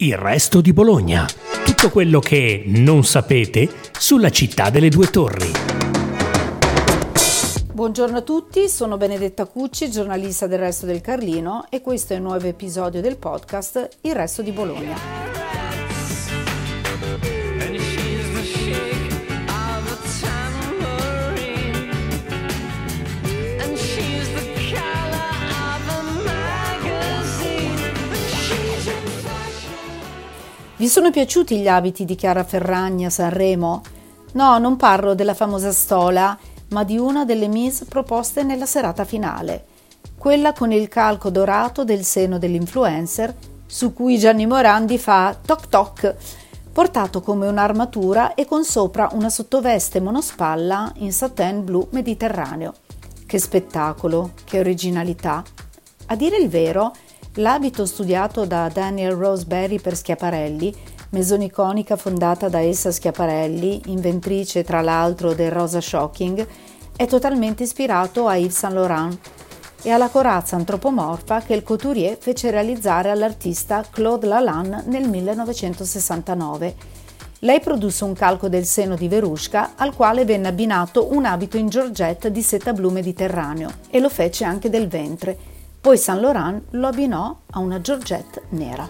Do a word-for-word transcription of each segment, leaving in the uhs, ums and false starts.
Il resto di Bologna. Tutto quello che non sapete sulla città delle due torri. Buongiorno a tutti, sono Benedetta Cucci, giornalista del Resto del Carlino, e questo è un nuovo episodio del podcast Il resto di Bologna. Vi sono piaciuti gli abiti di Chiara Ferragni a Sanremo? No, non parlo della famosa stola, ma di una delle Miss proposte nella serata finale, quella con il calco dorato del seno dell'influencer, su cui Gianni Morandi fa toc toc, portato come un'armatura e con sopra una sottoveste monospalla in satin blu mediterraneo. Che spettacolo, che originalità! A dire il vero, l'abito studiato da Daniel Roseberry per Schiaparelli, maison iconica fondata da Elsa Schiaparelli, inventrice tra l'altro del Rosa Shocking, è totalmente ispirato a Yves Saint Laurent e alla corazza antropomorfa che il couturier fece realizzare all'artista Claude Lalanne nel millenovecentosessantanove. Lei produsse un calco del seno di Verushka al quale venne abbinato un abito in georgette di seta blu mediterraneo e lo fece anche del ventre. Poi Saint Laurent lo abbinò a una georgette nera.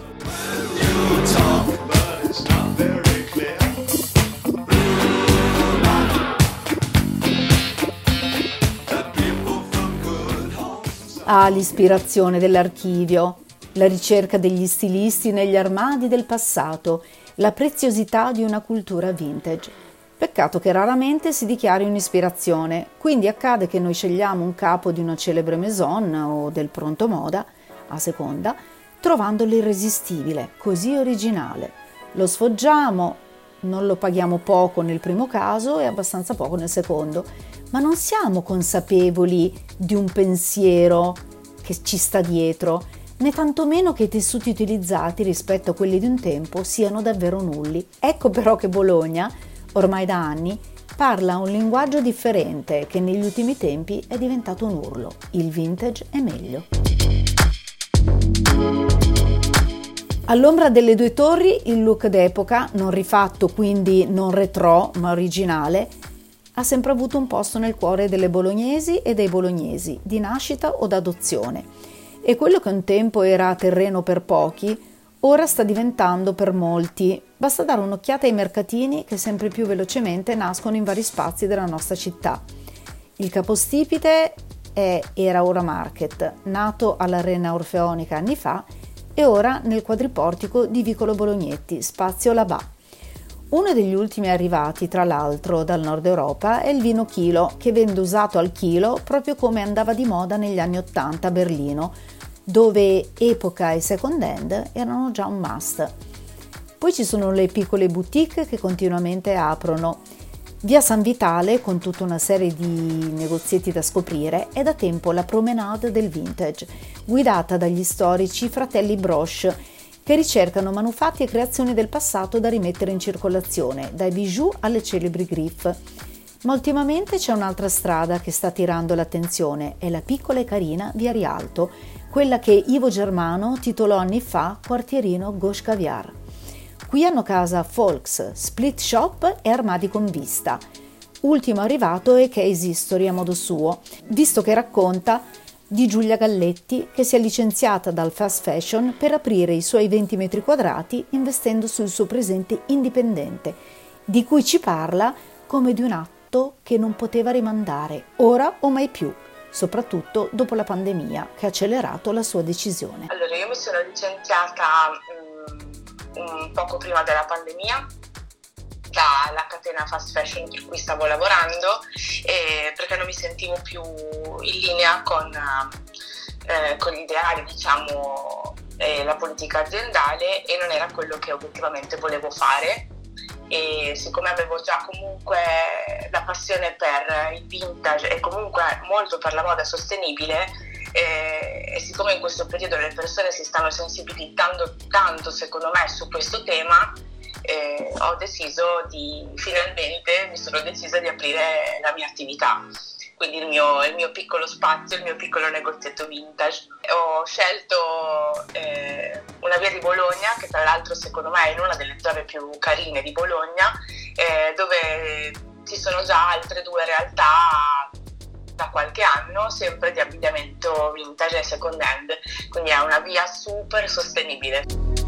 Ah, l'ispirazione dell'archivio, la ricerca degli stilisti negli armadi del passato, la preziosità di una cultura vintage. Peccato che raramente si dichiari un'ispirazione, quindi accade che noi scegliamo un capo di una celebre maison o del pronto moda, a seconda, trovando l'irresistibile, così originale. Lo sfoggiamo, non lo paghiamo poco nel primo caso e abbastanza poco nel secondo, ma non siamo consapevoli di un pensiero che ci sta dietro, né tantomeno che i tessuti utilizzati rispetto a quelli di un tempo siano davvero nulli. Ecco però che Bologna, ormai da anni, parla un linguaggio differente che negli ultimi tempi è diventato un urlo. Il vintage è meglio. All'ombra delle due torri, il look d'epoca, non rifatto quindi non retro ma originale, ha sempre avuto un posto nel cuore delle bolognesi e dei bolognesi, di nascita o d'adozione. E quello che un tempo era terreno per pochi, ora sta diventando per molti. Basta dare un'occhiata ai mercatini che sempre più velocemente nascono in vari spazi della nostra città. Il capostipite è Era Ora Market, nato all'Arena Orfeonica anni fa e ora nel quadriportico di Vicolo Bolognetti, spazio Labà. Uno degli ultimi arrivati, tra l'altro, dal nord Europa è il vino Chilo, che vende usato al chilo proprio come andava di moda negli anni Ottanta a Berlino, dove epoca e second hand erano già un must. Poi ci sono le piccole boutique che continuamente aprono. Via San Vitale, con tutta una serie di negozietti da scoprire, è da tempo la promenade del vintage, guidata dagli storici fratelli Broche, che ricercano manufatti e creazioni del passato da rimettere in circolazione, dai bijou alle celebri griffe. Ma ultimamente c'è un'altra strada che sta attirando l'attenzione, è la piccola e carina Via Rialto, quella che Ivo Germano titolò anni fa Quartierino Gauche Caviar. Qui hanno casa Folks, split shop e armadi con vista. Ultimo arrivato è Case History a modo suo, visto che racconta di Giulia Galletti, che si è licenziata dal fast fashion per aprire i suoi venti metri quadrati investendo sul suo presente indipendente, di cui ci parla come di un atto che non poteva rimandare, ora o mai più, soprattutto dopo la pandemia che ha accelerato la sua decisione. Allora, io mi sono licenziata mh, un poco prima della pandemia dalla catena fast fashion per cui stavo lavorando, eh, perché non mi sentivo più in linea con, eh, con gli ideali, diciamo, eh, la politica aziendale, e non era quello che obiettivamente volevo fare. E siccome avevo già comunque la passione per il vintage e comunque molto per la moda sostenibile, eh, e siccome in questo periodo le persone si stanno sensibilizzando tanto, secondo me, su questo tema, eh, ho deciso di, finalmente mi sono decisa di aprire la mia attività. quindi il mio, il mio piccolo spazio, il mio piccolo negozietto vintage. Ho scelto eh, una via di Bologna, che tra l'altro secondo me è in una delle zone più carine di Bologna, eh, dove ci sono già altre due realtà da qualche anno, sempre di abbigliamento vintage e second hand, quindi è una via super sostenibile.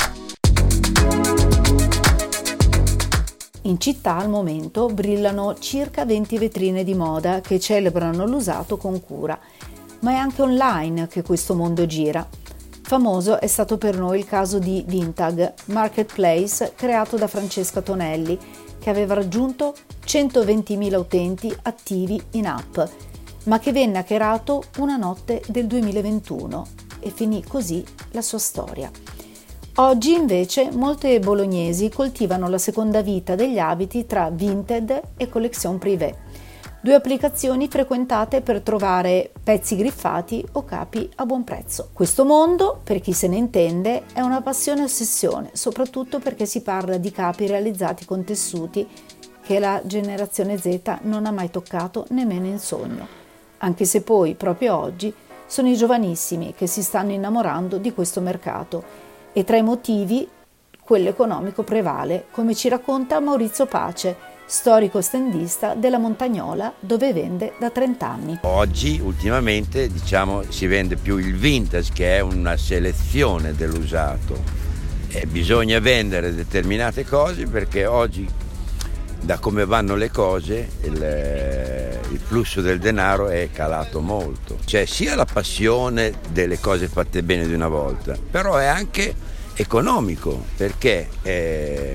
In città al momento brillano circa venti vetrine di moda che celebrano l'usato con cura, ma è anche online che questo mondo gira. Famoso è stato per noi il caso di Vintag, marketplace creato da Francesca Tonelli, che aveva raggiunto centoventimila utenti attivi in app, ma che venne hackerato una notte del duemilaventuno e finì così la sua storia. Oggi invece molte bolognesi coltivano la seconda vita degli abiti tra Vinted e Collection Privé, due applicazioni frequentate per trovare pezzi griffati o capi a buon prezzo. Questo mondo, per chi se ne intende, è una passione e ossessione, soprattutto perché si parla di capi realizzati con tessuti che la generazione Z non ha mai toccato nemmeno in sogno, anche se poi proprio oggi sono i giovanissimi che si stanno innamorando di questo mercato. E tra i motivi, quello economico prevale, come ci racconta Maurizio Pace, storico standista della Montagnola, dove vende da trenta anni. Oggi, ultimamente, diciamo, si vende più il vintage, che è una selezione dell'usato. E bisogna vendere determinate cose perché oggi, da come vanno le cose, il, il flusso del denaro è calato molto. C'è sia la passione delle cose fatte bene di una volta, però è anche economico, perché eh,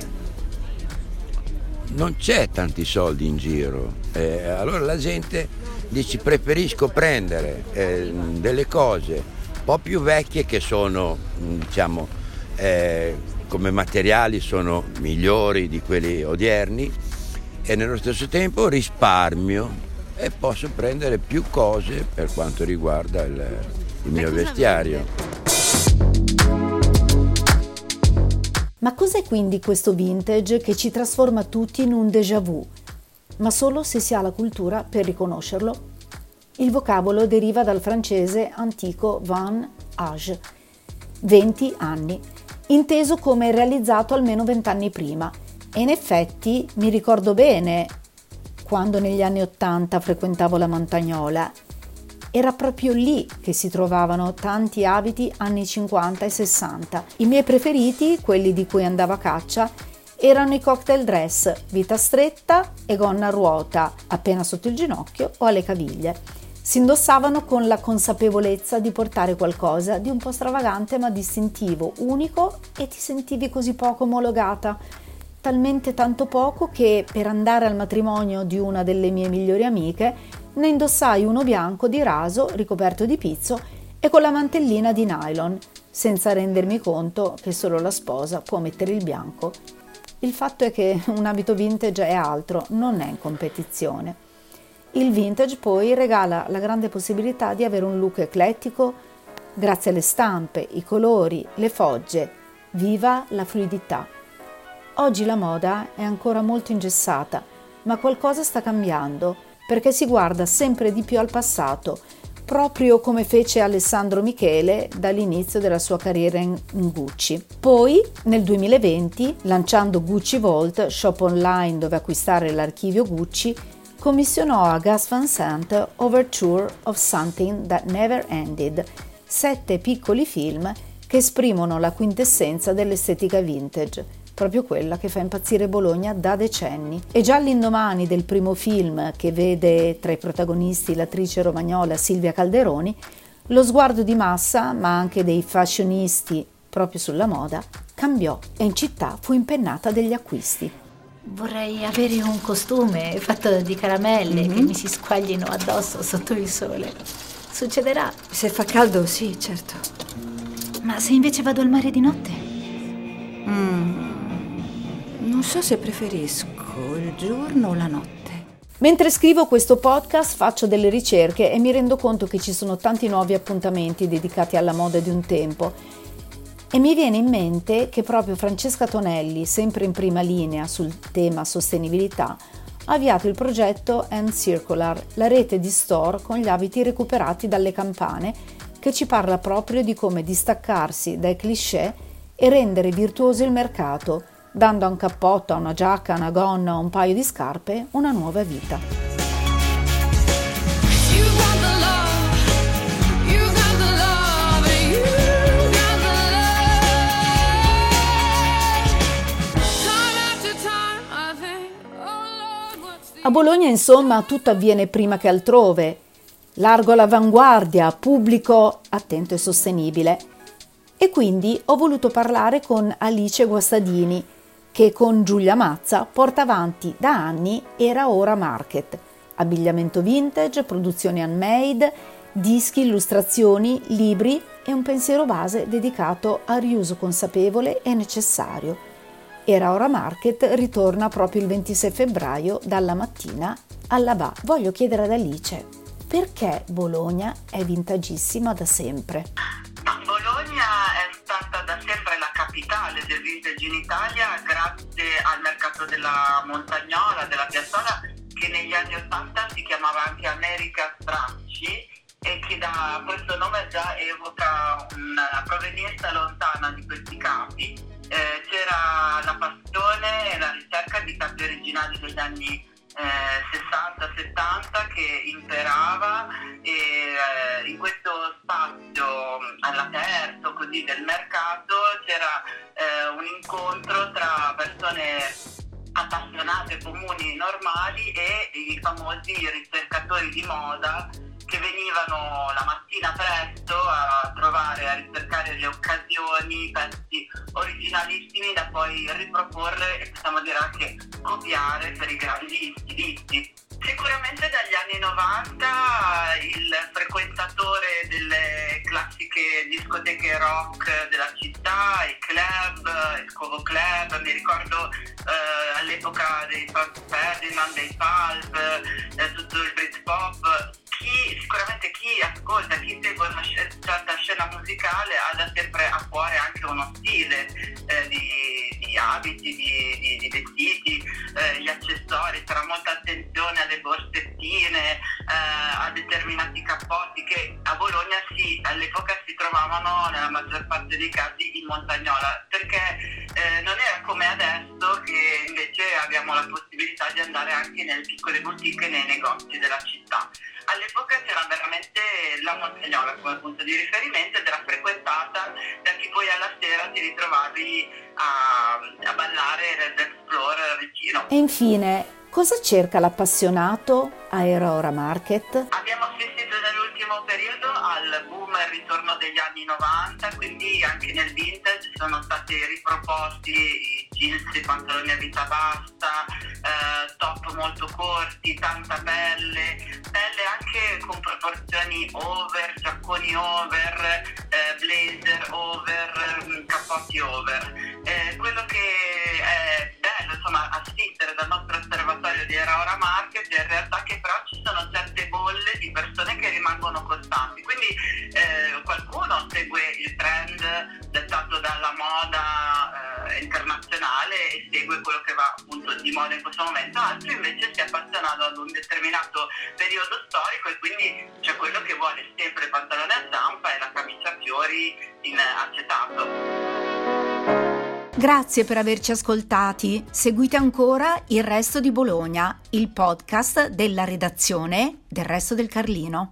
non c'è tanti soldi in giro, eh, allora la gente dice preferisco prendere eh, delle cose un po' più vecchie che sono, diciamo, eh, come materiali sono migliori di quelli odierni, e nello stesso tempo risparmio e posso prendere più cose per quanto riguarda il, il mio vestiario. Ma cos'è quindi questo vintage che ci trasforma tutti in un déjà vu? Ma solo se si ha la cultura per riconoscerlo? Il vocabolo deriva dal francese antico van âge, venti anni, inteso come realizzato almeno vent'anni prima. E in effetti mi ricordo bene quando negli anni ottanta frequentavo la Montagnola. Era proprio lì che si trovavano tanti abiti anni cinquanta e sessanta. I miei preferiti, quelli di cui andavo a caccia, erano i cocktail dress, vita stretta e gonna a ruota, appena sotto il ginocchio o alle caviglie. Si indossavano con la consapevolezza di portare qualcosa di un po' stravagante ma distintivo, unico, e ti sentivi così poco omologata. Talmente tanto poco che per andare al matrimonio di una delle mie migliori amiche ne indossai uno bianco di raso ricoperto di pizzo e con la mantellina di nylon, senza rendermi conto che solo la sposa può mettere il bianco. Il fatto è che un abito vintage è altro, non è in competizione. Il vintage poi regala la grande possibilità di avere un look eclettico grazie alle stampe, i colori, le fogge. Viva la fluidità! Oggi la moda è ancora molto ingessata, ma qualcosa sta cambiando, perché si guarda sempre di più al passato, proprio come fece Alessandro Michele dall'inizio della sua carriera in Gucci. Poi, nel duemilaventi, lanciando Gucci Vault, shop online dove acquistare l'archivio Gucci, commissionò a Gus Van Sant Overture of Something That Never Ended, sette piccoli film che esprimono la quintessenza dell'estetica vintage, proprio quella che fa impazzire Bologna da decenni. E già all'indomani del primo film, che vede tra i protagonisti l'attrice romagnola Silvia Calderoni, lo sguardo di massa, ma anche dei fashionisti proprio sulla moda, cambiò e in città fu impennata degli acquisti. Vorrei avere un costume fatto di caramelle mm-hmm. che mi si squaglino addosso sotto il sole. Succederà? Se fa caldo, sì, certo. Ma se invece vado al mare di notte? Mm. Non so se preferisco il giorno o la notte. Mentre scrivo questo podcast faccio delle ricerche e mi rendo conto che ci sono tanti nuovi appuntamenti dedicati alla moda di un tempo. E mi viene in mente che proprio Francesca Tonelli, sempre in prima linea sul tema sostenibilità, ha avviato il progetto And Circular, la rete di store con gli abiti recuperati dalle campane, che ci parla proprio di come distaccarsi dai cliché e rendere virtuoso il mercato, dando a un cappotto, a una giacca, a una gonna o un paio di scarpe una nuova vita. A Bologna, insomma, tutto avviene prima che altrove. Largo all'avanguardia, pubblico attento e sostenibile. E quindi ho voluto parlare con Alice Guastadini, che con Giulia Mazza porta avanti da anni Era Ora Market. Abbigliamento vintage, produzioni handmade, dischi, illustrazioni, libri e un pensiero base dedicato al riuso consapevole e necessario. Era Ora Market ritorna proprio il ventisei febbraio dalla mattina alla B A. Voglio chiedere ad Alice perché Bologna è vintagissima da sempre. Bologna è stata da sempre la capitale del vintage in Italia grazie al mercato della Montagnola, della Piazzola, che negli anni ottanta si chiamava anche America Stracci e che da questo nome già evoca una provenienza lontana di questi capi. Eh, c'era la passione e la ricerca di capi originali degli anni eh, sessanta settanta che imperava e eh, in questo spazio all'aperto così del mercato c'era eh, un incontro tra persone appassionate, comuni, normali e i famosi ricercatori di moda che venivano la mattina presto a trovare, a ricercare le occasioni, pezzi originalissimi da poi riproporre e possiamo dire anche copiare per i grandi stilisti. Sicuramente dagli anni novanta il frequentatore delle classiche discoteche rock della città, i club, il Covo Club, mi ricordo eh, all'epoca dei Franz Ferdinand, dei Pulp, eh, tutto il Britpop. Chi, sicuramente chi ascolta, chi segue una certa scena musicale ha da sempre a cuore anche uno stile eh, di, di abiti, di, di, di vestiti, eh, gli accessori, c'era molta attenzione alle borsettine, eh, a determinati cappotti che a Bologna sì, all'epoca si trovavano nella maggior parte dei casi in Montagnola, perché eh, non era come adesso che invece abbiamo la possibilità di andare anche nelle piccole boutique e nei negozi della città. All'epoca c'era veramente la Montagnola come punto di riferimento ed era frequentata da chi poi alla sera ti ritrovavi a, a ballare nel dance floor vicino. E infine, cosa cerca l'appassionato a Era Ora Market? Abbiamo assistito nell'ultimo periodo al boom e ritorno degli anni novanta, quindi anche nel vintage sono stati riproposti i jeans, i pantaloni a vita bassa, eh, top molto corti, tanta pelle, pelle anche con proporzioni over, giacconi over, eh, blazer over, cappotti over. Eh, quello che è bello, insomma, assistere dal nostro osservatorio di Era Ora Market è in realtà che però ci sono certe bolle di persone che rimangono costanti, quindi eh, qualcuno segue il trend dettato dalla moda eh, internazionale e segue quello che va appunto di moda in questo momento, altri invece si appassionano ad un determinato periodo storico e quindi c'è quello che vuole sempre il pantalone a zampa e la camicia a fiori in acetato. Grazie per averci ascoltati. Seguite ancora Il Resto di Bologna, il podcast della redazione del Resto del Carlino.